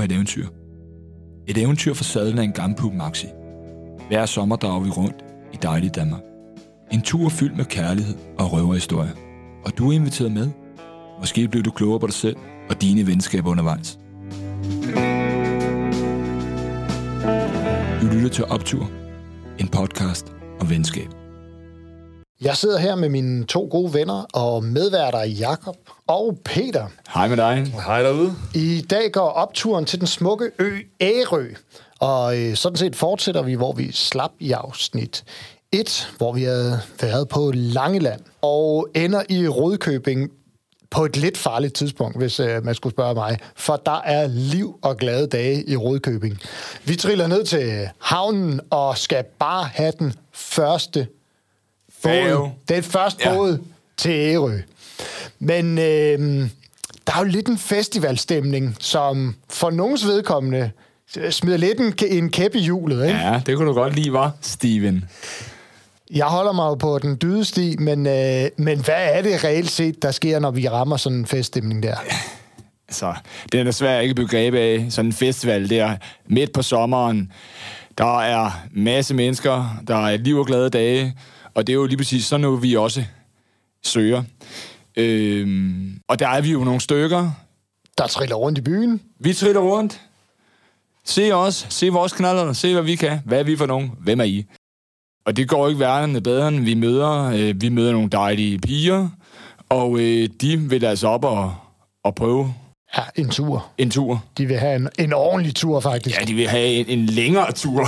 på et eventyr. Et eventyr for sadlen af en gammel Maxi. Hver sommer drager vi rundt i dejlige Danmark. En tur fyldt med kærlighed og røverhistorier. Og du er inviteret med. Måske bliver du klogere på dig selv og dine venskaber undervejs. Du lytter til Optur, en podcast om venskab. Jeg sidder her med mine 2 gode venner og medværter Jakob og Peter. Hej med dig. Hej derude. I dag går opturen til den smukke ø Ærø, og sådan set fortsætter vi, hvor vi slap i afsnit 1, hvor vi havde været på Langeland, og ender i Rudkøbing på et lidt farligt tidspunkt, hvis man skulle spørge mig, for der er liv og glade dage i Rudkøbing. Vi triller ned til havnen og skal bare have den første båd. Den første båd til Ærø. Men der er jo lidt en festivalstemning, som for nogens vedkommende smider lidt en kæp i hjulet, ikke? Ja, det kunne du godt lide, var Steven. Jeg holder mig jo på den dyde sti, men hvad er det reelt set, der sker, når vi rammer sådan en feststemning der? Altså, det er desværre ikke begreb af sådan en festival der midt på sommeren. Der er masse mennesker, der er liv og glade dage, og det er jo lige præcis sådan noget, vi også søger. Og der er vi jo nogle stykker. Der triller rundt i byen. Vi triller rundt. Se os, se vores knaller, se hvad vi kan. Hvad er vi for nogen? Hvem er I? Og det går ikke værre bedre, end vi møder nogle dejlige piger, og de vil altså op og prøve. Ja, en tur. En tur. De vil have en ordentlig tur, faktisk. Ja, de vil have en længere tur.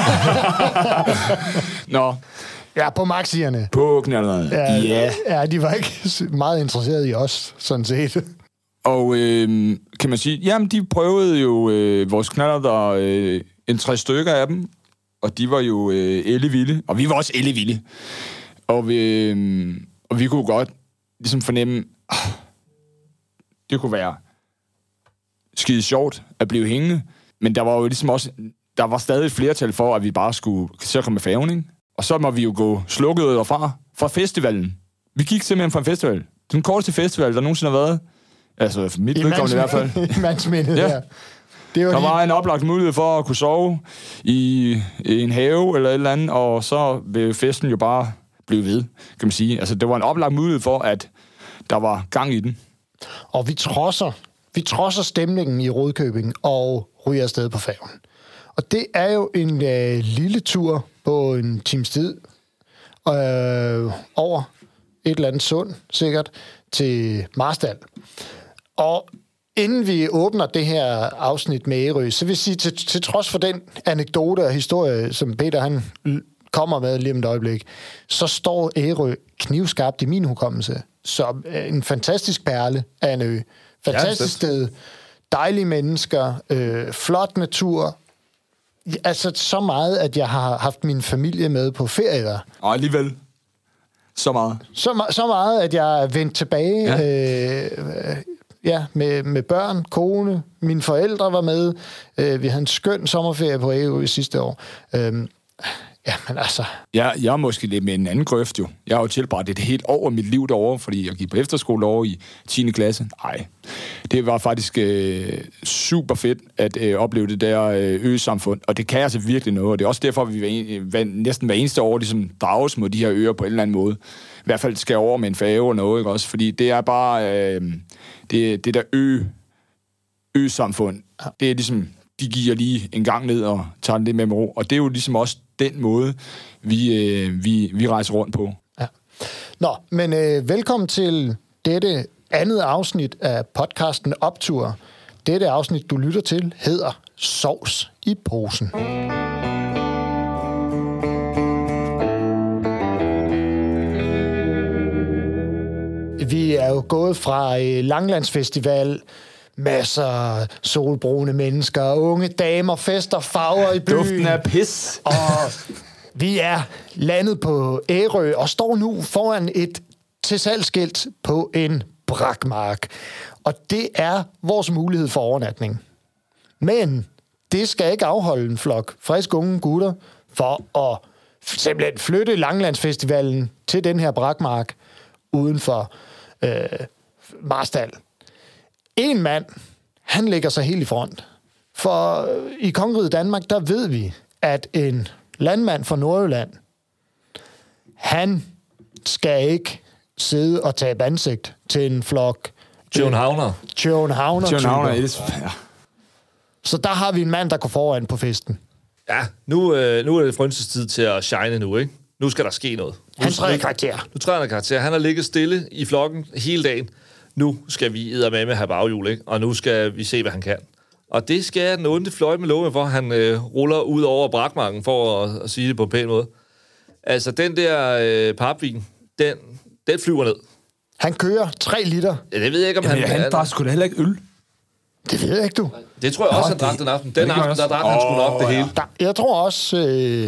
Nå. Ja, på maxierne. På knalderne. Ja. Ja, de var ikke meget interesserede i os, sådan set. Og kan man sige, jamen de prøvede jo vores knaller, der en 3 stykker af dem, og de var jo ellevilde, og vi var også ellevilde. Og vi kunne godt ligesom fornemme, det kunne være skide sjovt at blive hængende, men der var jo ligesom også, der var stadig et flertal for, at vi bare skulle så komme med færgen, ikke? Og så må vi jo gå slukket derfra, fra festivalen. Vi gik simpelthen fra en festival. Den korteste festival, der nogensinde har været. Altså, for mit vedkommende i hvert fald. I mandsmindet, ja. Der var en oplagt mulighed for at kunne sove i en have eller et eller andet, og så vil festen jo bare blive ved, kan man sige. Altså, det var en oplagt mulighed for, at der var gang i den. Og vi trodser stemningen i Rudkøbing og ryger afsted på færgen. Og det er jo en lille tur på en times tid over et eller andet sund, sikkert, til Marstal. Og inden vi åbner det her afsnit med Ærø, så vil jeg sige, til trods for den anekdote og historie, som Peter han kommer med lige om et øjeblik, så står Ærø knivskarpt i min hukommelse som en fantastisk perle af en ø. Fantastisk sted, dejlige mennesker, flot natur. Altså så meget, at jeg har haft min familie med på ferie der. Og alligevel så meget. Så meget, at jeg er vendt tilbage med børn, kone, mine forældre var med. Vi havde en skøn sommerferie på Ærø i sidste år. Men altså... Jeg er måske lidt med en anden grøft jo. Jeg har jo tilbragt et helt år af mit liv derovre, fordi jeg gik på efterskole over i 10. klasse. Nej, det var faktisk super fedt at opleve det der øsamfund, og det kan altså virkelig noget, og det er også derfor, at vi næsten hver eneste år ligesom drages mod de her øer på en eller anden måde. I hvert fald skal over med en færge og noget, ikke også? Fordi det er bare det der øsamfund. Det er ligesom, de giver lige en gang ned og tager det med ro, og det er jo ligesom også den måde, vi rejser rundt på. Ja. Nå, men velkommen til dette andet afsnit af podcasten Optur. Dette afsnit, du lytter til, hedder Sovs i posen. Vi er jo gået fra Langelandsfestival, masser solbrune mennesker, unge damer, fester, farver i byen. Duften af pis. Og vi er landet på Ærø og står nu foran et tilsalgsskilt på en brakmark. Og det er vores mulighed for overnatning. Men det skal ikke afholde en flok friske unge gutter for at simpelthen flytte Langelandsfestivalen til den her brakmark uden for Marstal. En mand, han lægger sig helt i front. For i kongeriget Danmark, der ved vi, at en landmand fra Nordjylland, han skal ikke sidde og tabe ansigt til en flok Københavner. Ja. Så der har vi en mand, der går foran på festen. Ja, nu er det Frønses tid til at shine nu, ikke? Nu skal der ske noget. Han træder i karakter. Nu træder han i karakter. Han har ligget stille i flokken hele dagen. Nu skal vi eddermame have baghjul, ikke? Og nu skal vi se, hvad han kan. Og det skal den onde fløjte med love, hvor han ruller ud over brakmarken, for at sige det på en pæn måde. Altså, den der papvin, den flyver ned. Han kører 3 liter. Ja, det ved jeg ikke, om Han drak sgu da heller ikke øl. Det ved jeg ikke, du. Det tror jeg også, han drak den aften. Den aften, der drak han sgu nok det hele. Jeg tror også...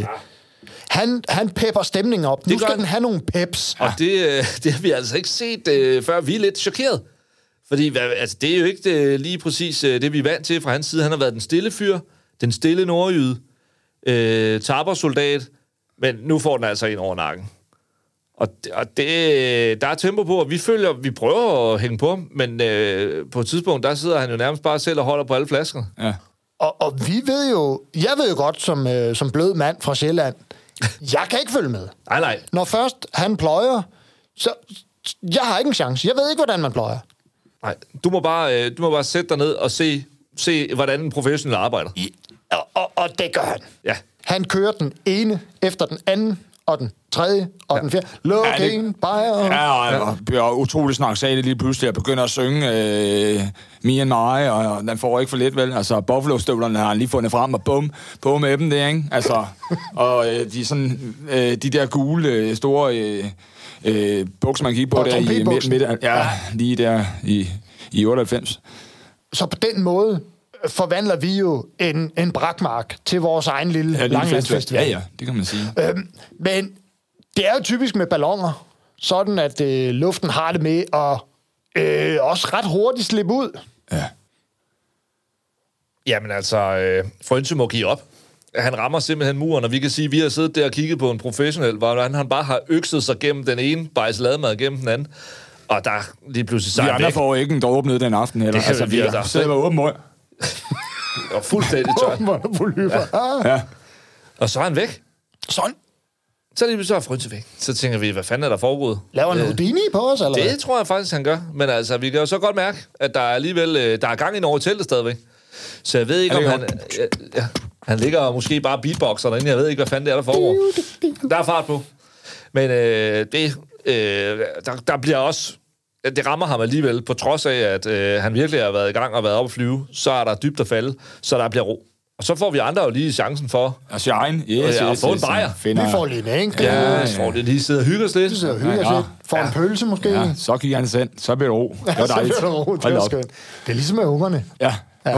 Han pepper stemningen op. Nu skal den have nogle peps. Og det har vi altså ikke set, før vi er lidt chokeret. Fordi altså, det er jo ikke lige præcis det, vi er vant til fra hans side. Han har været den stille fyr, den stille nordjyde, tappersoldat, men nu får den altså en over nakken. Og det, der er tempo på, og vi prøver at hænge på ham, men på et tidspunkt, der sidder han jo nærmest bare selv og holder på alle flaskerne. Ja. Og jeg ved jo godt, som blød mand fra Sjælland, jeg kan ikke følge med. Nej. Når først han pløjer, så jeg har ikke en chance. Jeg ved ikke, hvordan man pløjer. Nej, du må bare sætte dig ned og se hvordan en professionel arbejder. Og det gør han. Ja. Han kører den ene efter den anden, og den tredje, og den fjerde. Looking bajer. Ja, og bliver utrolig snaksalig lige pludselig, og begynder at synge Me and My, og den får ikke for lidt, vel? Altså, Buffalo-støvlerne har han lige fundet frem, og bum med dem der, ikke? Altså, og de sådan, de der gule, store bukser, man gik på der i midten. Ja, lige der i 98. Så på den måde forvandler vi jo en brakmark til vores egen lille langlandsfestival. Ja, det kan man sige. Men det er jo typisk med balloner, sådan at luften har det med at også ret hurtigt slippe ud. Ja. Jamen altså, Frønse må give op. Han rammer simpelthen muren, og vi kan sige, at vi har siddet der og kigget på en professionel, hvor han bare har økset sig gennem den ene, bajslademad gennem den anden, og der lige pludselig så vi andre får ikke en dråbe ned den aften heller. Altså, vi sidder med åben møg. Og fuldstændig tør. Ja. Og så er han væk. Sådan. Så lige så er Frønse væk. Så tænker vi, hvad fanden er der foregået? Laver en Houdini på os, eller det tror jeg faktisk, han gør. Men altså, vi kan jo så godt mærke, at der er alligevel der er gang i over i teltet stadigvæk. Så jeg ved ikke, om han ligger måske bare beatboxer derinde. Jeg ved ikke, hvad fanden det er, der foregår. Der er fart på. Men der bliver også... Det rammer ham alligevel, på trods af, at han virkelig har været i gang og været oppe at flyve. Så er der dybt at falde, så der bliver ro. Og så får vi andre jo lige chancen for... at shine. At få en bajer. Vi får lige en enkelt. Ja, får det lige sidde og hygge os lidt. Vi sidder og hygge os lidt. Får en pølse måske. Ja, så kigger han selv. Så bliver det ro. Det var dejligt. Det er skønt. Det er ligesom med ungerne. Ja.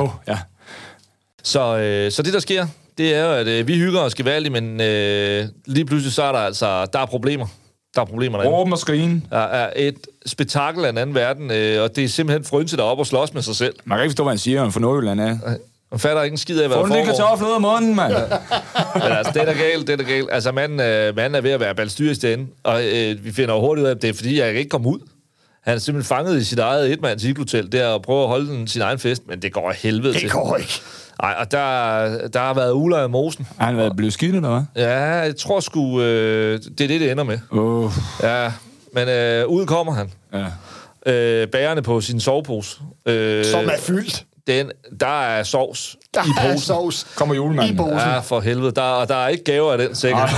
Så det, der sker, det er jo, at vi hygger os gevaldigt, men lige pludselig så er der er problemer. Der er problemer derinde. Råben og skrigen. Der er et spektakel af en anden verden, og det er simpelthen Frønse, der er oppe og slås med sig selv. Man kan ikke forstå, hvad han siger, for Nordjylland er. Man fatter ikke en skid af, hvad der foregår. Få en lille kartoffel ud af munden, mand. Men altså, det er galt. Altså, manden er ved at være balstyrisk derinde, og vi finder jo hurtigt ud af, at det er, fordi jeg ikke kom ud. Han er simpelthen fanget i sit eget etmands iglotel der og prøver at holde sin egen fest, men det går af helvede til. Det går ikke. Nej, og der har været uler i mosen. Har han været blevet skidt, eller hvad? Ja, jeg tror sgu, det er det ender med. Ja, men ud kommer han. Ja. Bærende på sin sovepose. Som er fyldt. Der er sovs der i posen. Er sovs. Kommer julemanden. I posen. Ja, for helvede. Der er ikke gaver af den, sikkert.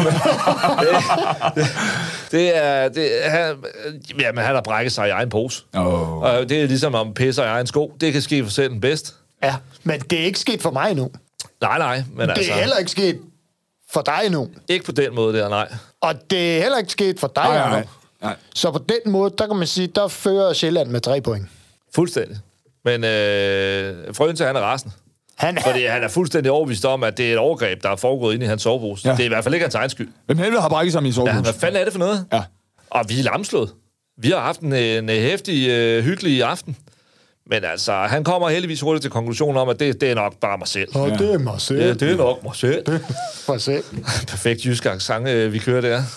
Jamen, han har brækket sig i egen pose. Og det er ligesom om pisser i egen sko. Det kan ske for selv den bedst. Ja, men det er ikke sket for mig endnu. Nej, men det er heller ikke sket for dig endnu. Ikke på den måde der, nej. Og det er heller ikke sket for dig endnu. Nej. Så på den måde, der kan man sige, der fører Sjælland med 3 point. Fuldstændig. Men Frønse, han er rasende. Fordi han er fuldstændig overbevist om, at det er et overgreb, der er foregået inde i hans sovepose. Ja. Det er i hvert fald ikke hans egen skyld. Hvem helvede har brækket sig i min sovepose? Ja, hvad fanden er det for noget? Ja. Og vi er lamslået. Vi har haft en hæftig, hyggelig aften. Men altså, han kommer heldigvis hurtigt til konklusionen om, at det er nok bare mig selv. Og det er mig selv. Ja, det er nok mig selv. Det er mig selv. Perfekt jysk accent, vi kører der.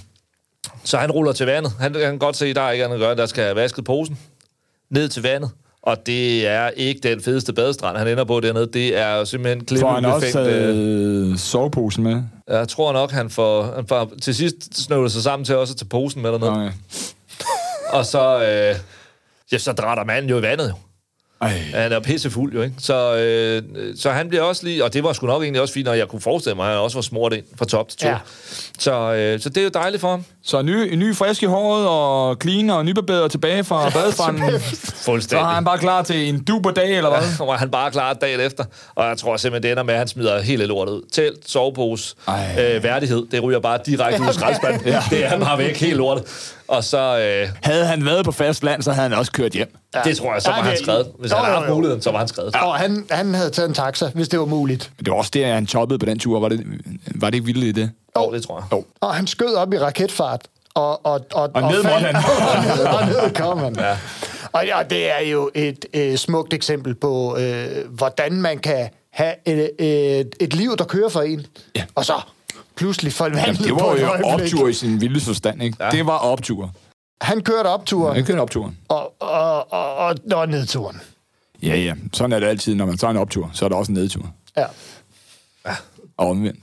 Så han ruller til vandet. Han kan godt se, at der er ikke andet at gøre. Der skal have vasket posen ned til vandet. Og det er ikke den fedeste badestrand, han ender på dernede. Det er simpelthen klippet. Får han også soveposen med? Jeg tror nok, han får til sidst snøvlet sig sammen til også at tage posen med dernede. Okay. Og så drætter manden jo i vandet, jo. Han er pissefuld jo, ikke? Så han bliver også lige... Og det var sgu nok egentlig også fint, og jeg kunne forestille mig, at han også var smurt ind fra top til to. Ja. Så det er jo dejligt for ham. Så ny frisk i håret, og clean og nybarberet tilbage fra badestranden. Fuldstændig. Så er han bare klar til en duper dag, eller hvad? Så var han bare klar dagen efter. Og jeg tror simpelthen, det ender med, at han smider hele lortet ud. Telt, sovepose, værdighed. Det ryger bare direkte ud af skraldespanden. Ja. Det er han bare væk, helt lortet. Og så... Havde han været på fast land, så havde han også kørt hjem. Ja. Det tror jeg, så var han skrevet. Hvis han havde haft muligheden, så var han skrevet. Ja. Og han havde taget en taxa, hvis det var muligt. Det var også det, at han toppede på den tur. Var det ikke vildt i det? Jo, det tror jeg. Jo. Og han skød op i raketfart. Og ned måtte han. Og ned kom han. Ja. Og ja, det er jo et smukt eksempel på, hvordan man kan have et liv, der kører for en. Ja. Og så pludselig forvandlet på et øjeblik. Det var jo optur i sin vilde forstand, ikke? Ja. Det var optur. Han kørte opturen. Han kørte opturen. Og nedturen. Ja. Sådan er det altid, når man tager en optur, så er der også en nedtur. Ja. Og omvendt.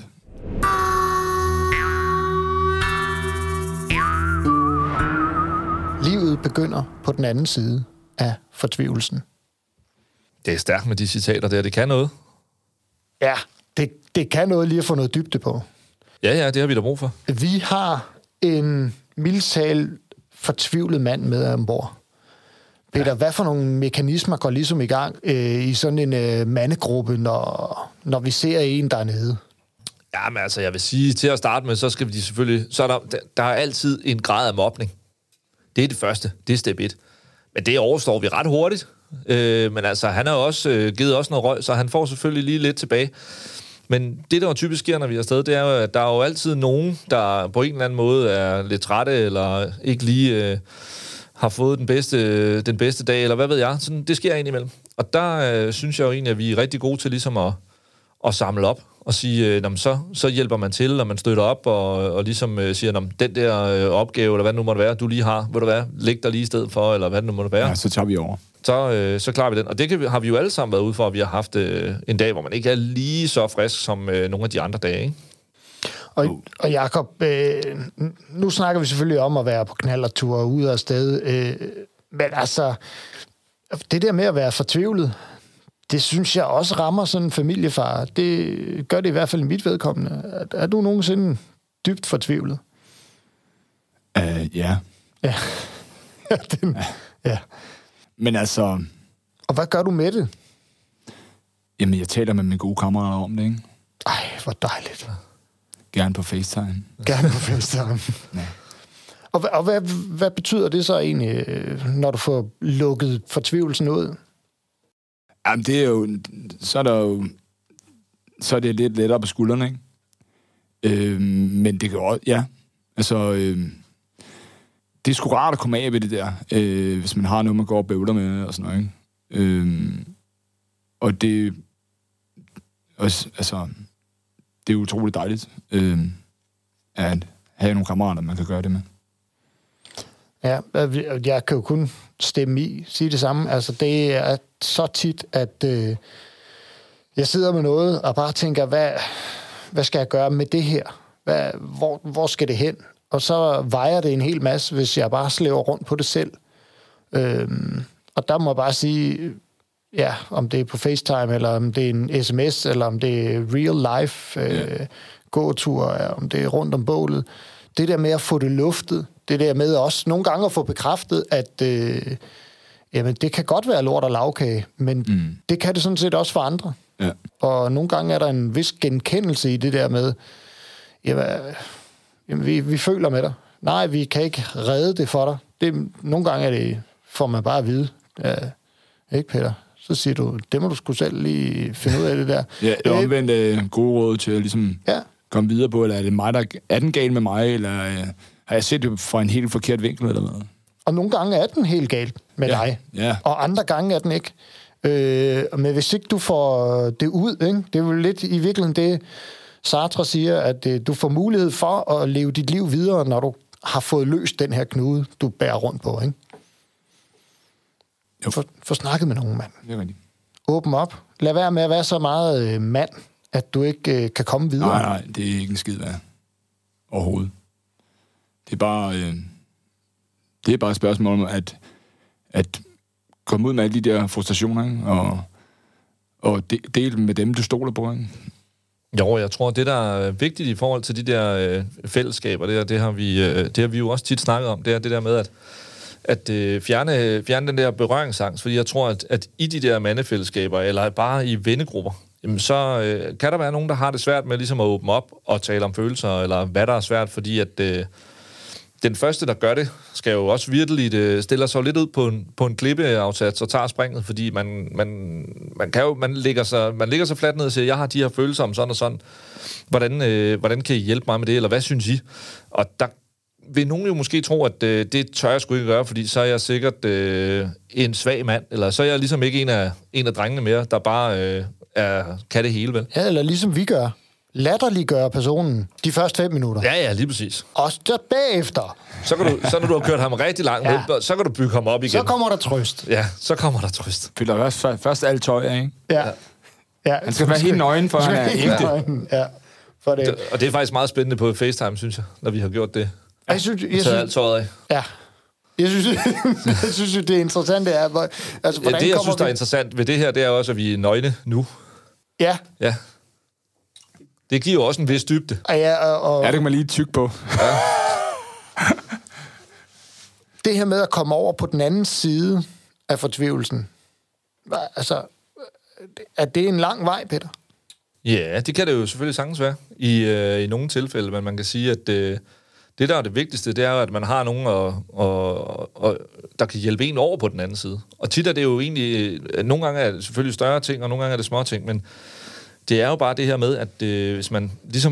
Livet begynder på den anden side af fortvivlelsen. Det er stærkt med de citater der. Det kan noget. Ja, det kan noget lige at få noget dybde på. Ja, det har vi da brug for. Vi har en mildtalt fortvivlet mand med ombord. Peter, hvad for nogle mekanismer går ligesom i gang i sådan en mandegruppe, når vi ser en dernede? Ja, men altså, jeg vil sige, til at starte med, så skal vi selvfølgelig... Så er der er altid en grad af mobning. Det er det første. Det er step 1. Men det overstår vi ret hurtigt. Men altså, han har også givet os noget røg, så han får selvfølgelig lige lidt tilbage. Men det, der jo typisk sker, når vi er afsted, det er jo, at der er jo altid nogen, der på en eller anden måde er lidt trætte, eller ikke lige har fået den bedste dag, eller hvad ved jeg. Sådan, det sker indimellem. Og der synes jeg jo egentlig, at vi er rigtig gode til ligesom at samle op og sige, så hjælper man til, og man støtter op, og ligesom siger, den der opgave, eller hvad det nu måtte være, du lige har, ved du hvad, læg dig lige i stedet for, eller hvad det nu måtte være. Ja, så tager vi over. Så klarer vi den. Og det har vi jo alle sammen været ude for, at vi har haft en dag, hvor man ikke er lige så frisk som nogle af de andre dage, ikke? Og Jakob, nu snakker vi selvfølgelig om at være på knallertur ude af sted, men altså, det der med at være fortvivlet, det synes jeg også rammer sådan en familiefar. Det gør det i hvert fald i mit vedkommende. Er du nogensinde dybt fortvivlet? Ja. Ja. Ja. Men altså... Og hvad gør du med det? Jamen, jeg taler med mine gode kammerater om det, ikke? Ej, hvor dejligt. Gerne på FaceTime. Gerne på FaceTime. Ja. Og hvad betyder det så egentlig, når du får lukket fortvivlelsen ud? Jamen, det er jo... Så er det lidt lettere på skuldrene, ikke? Men det kan også... Ja, altså... det er sgu rart at komme af ved det der, hvis man har noget, man går og bøvler med, og sådan noget, ikke? Og det... Altså... Det er utroligt dejligt, at have nogle kammerater, man kan gøre det med. Ja, jeg kan jo kun stemme i, sige det samme. Altså, det er så tit, at jeg sidder med noget og bare tænker, hvad skal jeg gøre med det her? Hvor skal det hen? Og så vejer det en hel masse, hvis jeg bare slæver rundt på det selv. Og der må jeg bare sige, ja, om det er på FaceTime, eller om det er en sms, eller om det er real life gåtur, om det er rundt om bålet. Det der med at få det luftet, det der med også nogle gange at få bekræftet, at jamen, det kan godt være lort og lavkage, men det kan det sådan set også for andre. Ja. Og nogle gange er der en vis genkendelse i det der med, jamen, vi føler med dig. Nej, vi kan ikke redde det for dig. Nogle gange er det, får man bare at vide. Ja, ikke, Peter? Så siger du, det må du sgu selv lige finde ud af det der. Ja, det er omvendt gode råd til at ligesom komme videre på, eller er det mig, er den gal med mig, eller har jeg set det fra en helt forkert vinkel, eller hvad? Og nogle gange er den helt galt med dig, og andre gange er den ikke. Men hvis ikke du får det ud, ikke? Det er jo lidt i virkeligheden det, Sartre siger, at du får mulighed for at leve dit liv videre, når du har fået løst den her knude, du bærer rundt på, ikke? Få snakket med nogen, mand. Det er rigtigt. Åbn op. Lad være med at være så meget mand, at du ikke kan komme videre. Nej, det er ikke en skid værd. Overhovedet. Det er bare et spørgsmål om, at komme ud med alle de der frustrationer, ikke? Og dele med dem, du stoler på, ikke? Jo, jeg tror, det, der er vigtigt i forhold til de der fællesskaber, det har vi jo også tit snakket om, det er det der med, at fjerne den der berøringsangst, fordi jeg tror, at i de der mandefællesskaber, eller bare i vennegrupper, jamen så kan der være nogen, der har det svært med ligesom at åbne op og tale om følelser, eller hvad der er svært, fordi at den første, der gør det, skal jo også virkelig stiller sig lidt ud på en klippeafsats og tager springet, fordi man ligger så fladt ned og siger, jeg har de her følelser om sådan og sådan. Hvordan kan I hjælpe mig med det, eller hvad synes I? Og der vil nogen jo måske tro, at det tør jeg sgu ikke gøre, fordi så er jeg sikkert en svag mand, eller så er jeg ligesom ikke en af drengene mere, der bare kan det hele, vel? Ja, eller ligesom vi gør. Latterliggøre personen de første 5 minutter. Ja, lige præcis. Og så bagefter. Så når du har kørt ham rigtig langt, så kan du bygge ham op igen. Så kommer der trøst. Ja, så kommer der trøst. Fylder først alt tøj af, ikke? Ja. Han skal være helt nøgen, for han er ægte. Ja. For det. Og det er faktisk meget spændende på FaceTime, synes jeg, når vi har gjort det. Jeg synes, alt tøjet af. Ja. Jeg synes, det er interessant, det er... Altså, det, jeg synes, der er interessant ved det her, det er også, at vi er nøgne nu. Ja. Ja. Det giver jo også en vis dybde. Ja, det kan man lige tykke på. Ja. Det her med at komme over på den anden side af fortvivlelsen, altså, er det en lang vej, Peter? Ja, det kan det jo selvfølgelig sagtens være i nogle tilfælde, men man kan sige, at det, der er det vigtigste, det er, at man har nogen, der kan hjælpe en over på den anden side. Og tit er det jo egentlig, nogle gange er det selvfølgelig større ting, og nogle gange er det små ting, men det er jo bare det her med, at hvis man ligesom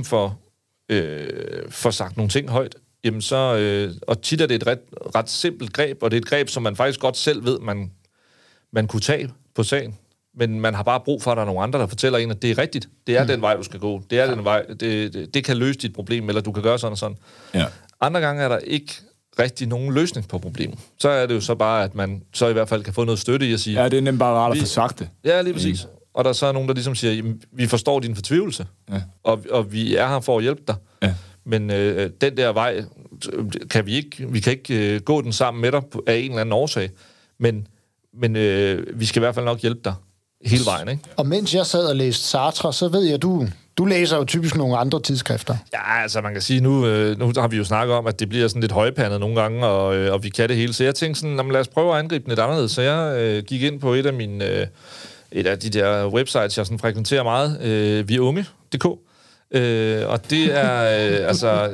får sagt nogle ting højt, jamen så, og tit er det et ret simpelt greb, og det er et greb, som man faktisk godt selv ved, man kunne tage på sagen. Men man har bare brug for, at der er nogle andre, der fortæller en, at det er rigtigt. Det er den vej, du skal gå. Det er den vej. Det kan løse dit problem, eller du kan gøre sådan og sådan. Ja. Andre gange er der ikke rigtig nogen løsning på problemet. Så er det jo så bare, at man så i hvert fald kan få noget støtte i at sige... Ja, det er nemt bare rart at få sagt det. Ja, lige præcis. Og der er så nogen, der ligesom siger, jamen, vi forstår din fortvivlelse, og vi er her for at hjælpe dig. Ja. Men den der vej kan vi kan ikke gå den sammen med dig af en eller anden årsag. Men vi skal i hvert fald nok hjælpe dig hele vejen, ikke? Og mens jeg sad og læste Sartre, så ved jeg, du læser jo typisk nogle andre tidsskrifter. Ja, altså man kan sige, nu har vi jo snakket om, at det bliver sådan lidt højpandet nogle gange, og vi kan det hele. Så jeg tænkte sådan, lad os prøve at angribe den lidt anderledes. Så jeg gik ind på et af de der websites, jeg sådan frekventerer meget, viunge.dk. Og det er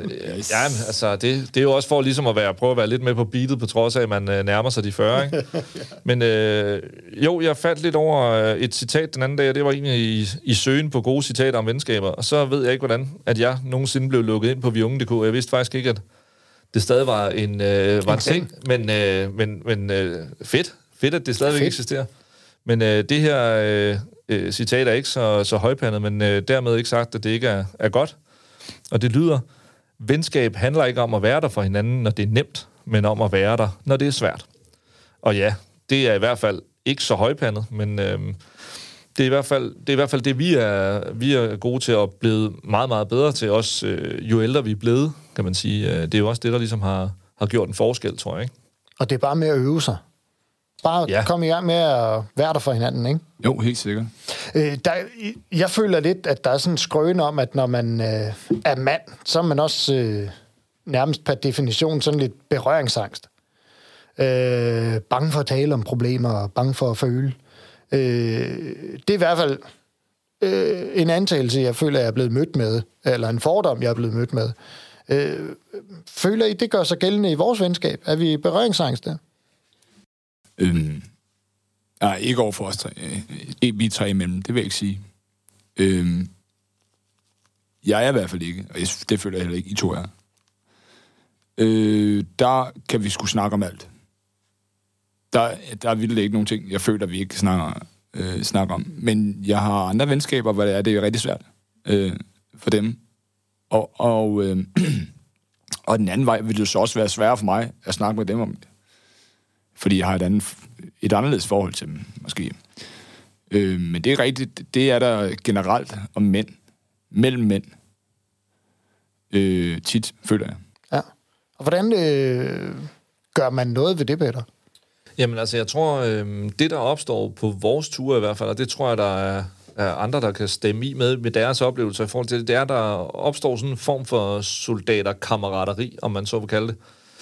det er jo også for ligesom at prøve at være lidt med på beatet, på trods af, at man nærmer sig de 40, ikke? Men jeg faldt lidt over et citat den anden dag, og det var egentlig i søgen på gode citater om venskaber, og så ved jeg ikke, hvordan at jeg nogensinde blev lukket ind på viunge.dk. Jeg vidste faktisk ikke, at det stadig var en ting, men fedt, at det stadigvæk eksisterer. Men det her citat er ikke så højpandet, men dermed ikke sagt, at det ikke er godt. Og det lyder, venskab handler ikke om at være der for hinanden, når det er nemt, men om at være der, når det er svært. Og ja, det er i hvert fald ikke så højpandet, men det er i hvert fald det, vi er gode til at blive meget, meget bedre til, også jo ældre vi er blevet, kan man sige. Det er jo også det, der ligesom har gjort en forskel, tror jeg, ikke? Og det er bare med at øve sig. Bare komme i gang med at være der for hinanden, ikke? Jo, helt sikkert. Jeg føler lidt, at der er sådan en skrøne om, at når man er mand, så er man også nærmest per definition sådan lidt berøringsangst. Bange for at tale om problemer, bange for at føle. Det er i hvert fald en antagelse, jeg føler, jeg er blevet mødt med, eller en fordom, jeg er blevet mødt med. Føler I, det gør sig gældende i vores venskab? Er vi berøringsangste? Nej, ikke over for os tre. Vi tre imellem, det vil jeg ikke sige. Jeg er i hvert fald ikke, og det føler jeg heller ikke, I to er. Der kan vi sgu snakke om alt. Der er virkelig ikke nogen ting, jeg føler, vi ikke snakker om. Men jeg har andre venskaber, hvor det er rigtig svært for dem. Og den anden vej vil det så også være sværere for mig at snakke med dem om det. fordi jeg har et anderledes forhold til dem, måske. Men det er rigtigt, det er der generelt om mænd, mellem mænd, tit, føler jeg. Ja. Og hvordan gør man noget ved det, Peter? Jamen altså, jeg tror, det der opstår på vores ture i hvert fald, og det tror jeg, der er andre, der kan stemme i med deres oplevelser i forhold til det, det er, der opstår sådan en form for soldaterkammerateri, om man så vil kalde det.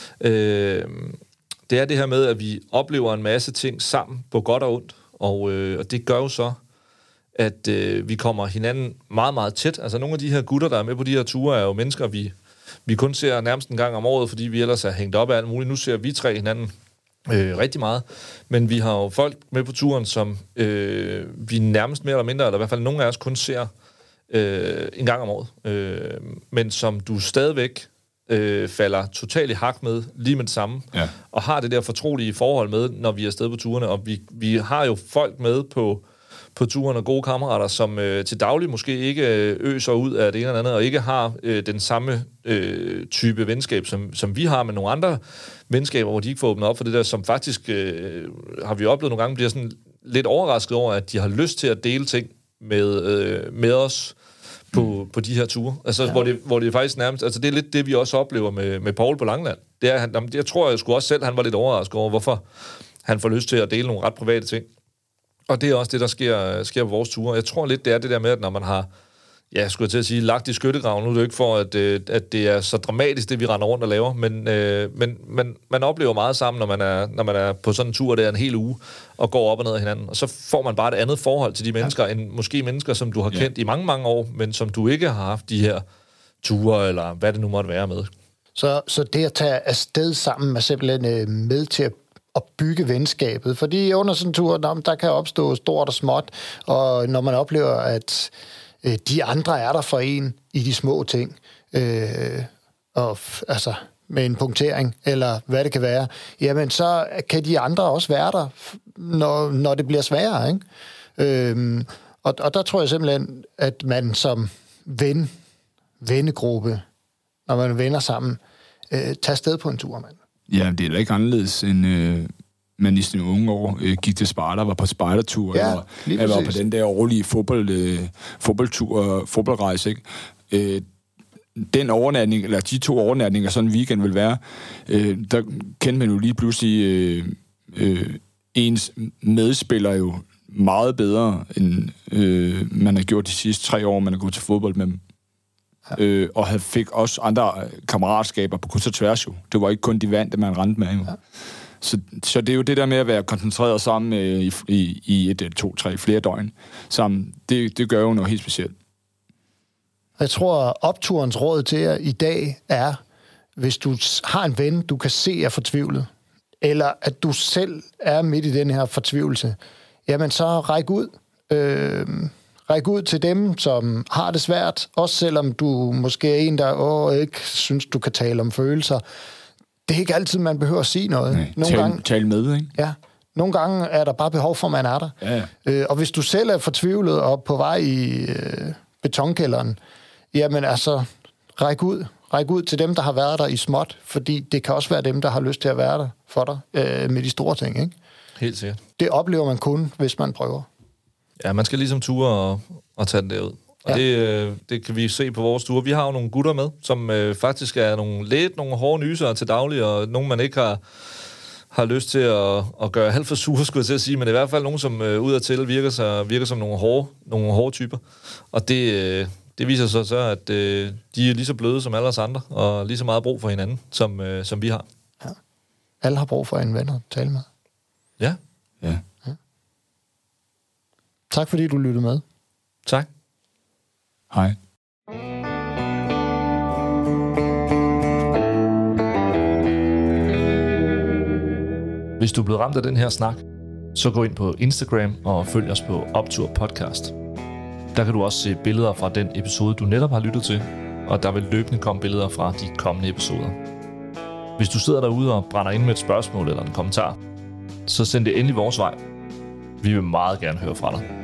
Det er det her med, at vi oplever en masse ting sammen, på godt og ondt, og det gør jo så, at vi kommer hinanden meget, meget tæt. Altså nogle af de her gutter, der er med på de her ture, er jo mennesker, vi kun ser nærmest en gang om året, fordi vi ellers er hængt op af alt muligt. Nu ser vi tre hinanden rigtig meget. Men vi har jo folk med på turen, som vi nærmest mere eller mindre, eller i hvert fald nogle af os kun ser en gang om året. Men som du stadigvæk falder totalt i hak med lige med det samme, og har det der fortrolige forhold med, når vi er afsted på turene. Og vi har jo folk med på turen og gode kammerater, som til daglig måske ikke øser ud af det ene eller andet, og ikke har den samme type venskab, som vi har med nogle andre venskaber, hvor de ikke får åbnet op for det der, som faktisk, har vi oplevet nogle gange, bliver sådan lidt overrasket over, at de har lyst til at dele ting med os på de her ture. Altså, hvor det faktisk nærmest... Altså, det er lidt det, vi også oplever med Paul på Langeland. Det er, jeg tror, jeg skulle også selv, han var lidt overrasket over, hvorfor han får lyst til at dele nogle ret private ting. Og det er også det, der sker på vores ture. Jeg tror lidt, det er det der med, at når man har, skulle jeg til at sige, lagt i skyttegraven, nu er det jo ikke for, at det er så dramatisk, det vi render rundt og laver, men man oplever meget sammen, når man er på sådan en tur, der en hel uge, og går op og ned af hinanden. Og så får man bare et andet forhold til de mennesker, end måske mennesker, som du har kendt i mange, mange år, men som du ikke har haft de her ture, eller hvad det nu måtte være med. Så det at tage afsted sammen er simpelthen med til at bygge venskabet. Fordi under sådan en tur, der kan opstå stort og småt, og når man oplever, at de andre er der for en i de små ting, og altså med en punktering, eller hvad det kan være, jamen så kan de andre også være der, når det bliver sværere, ikke? Og der tror jeg simpelthen, at man som vennegruppe, når man venner sammen, tager sted på en tur, mand. Ja, det er da ikke anderledes end man i sine unge år gik til Sparta, var på spejdertur, eller var på den der årlige fodboldrejse, ikke? Den overnatning, eller de 2 overnatninger, sådan en weekend vil være, der kendte man jo lige pludselig ens medspiller jo meget bedre, end man har gjort de sidste 3 år, man har gået til fodbold med dem. Og fik også andre kammeratskaber på kryds og tværs jo. Det var ikke kun de vante, man rendte med jo. Ja. Så det er jo det der med at være koncentreret sammen i 1, 2, 3, flere døgn sammen. Det gør jo noget helt specielt. Jeg tror, opturens råd til jer i dag er, hvis du har en ven, du kan se er fortvivlet, eller at du selv er midt i den her fortvivlelse, jamen så ræk ud. Ræk ud til dem, som har det svært, også selvom du måske er en, der ikke synes, du kan tale om følelser. Det er ikke altid, man behøver at sige noget. Tale med, ikke? Ja. Nogle gange er der bare behov for, at man er der. Ja. Og hvis du selv er fortvivlet og på vej i betonkælderen, jamen altså, ræk ud. Ræk ud til dem, der har været der i småt, fordi det kan også være dem, der har lyst til at være der for dig med de store ting, ikke? Helt sikkert. Det oplever man kun, hvis man prøver. Ja, man skal ligesom ture og tage den derud. Og det kan vi se på vores ture. Vi har jo nogle gutter med, som faktisk er nogle hårde nyser til daglig, og nogle, man ikke har lyst til at gøre halvt for sure, skulle jeg til at sige, men i hvert fald nogen, som udadtil virker som nogle hårde typer. Og det viser sig så, at de er lige så bløde som alle os andre, og lige så meget brug for hinanden, som vi har. Ja. Alle har brug for en ven at tale med. Ja. Tak fordi du lyttede med. Tak. Hej. Hvis du er blevet ramt af den her snak, så gå ind på Instagram og følg os på Optur Podcast. Der kan du også se billeder fra den episode, du netop har lyttet til, og der vil løbende komme billeder fra de kommende episoder. Hvis du sidder derude og brænder ind med et spørgsmål eller en kommentar, så send det endelig vores vej. Vi vil meget gerne høre fra dig.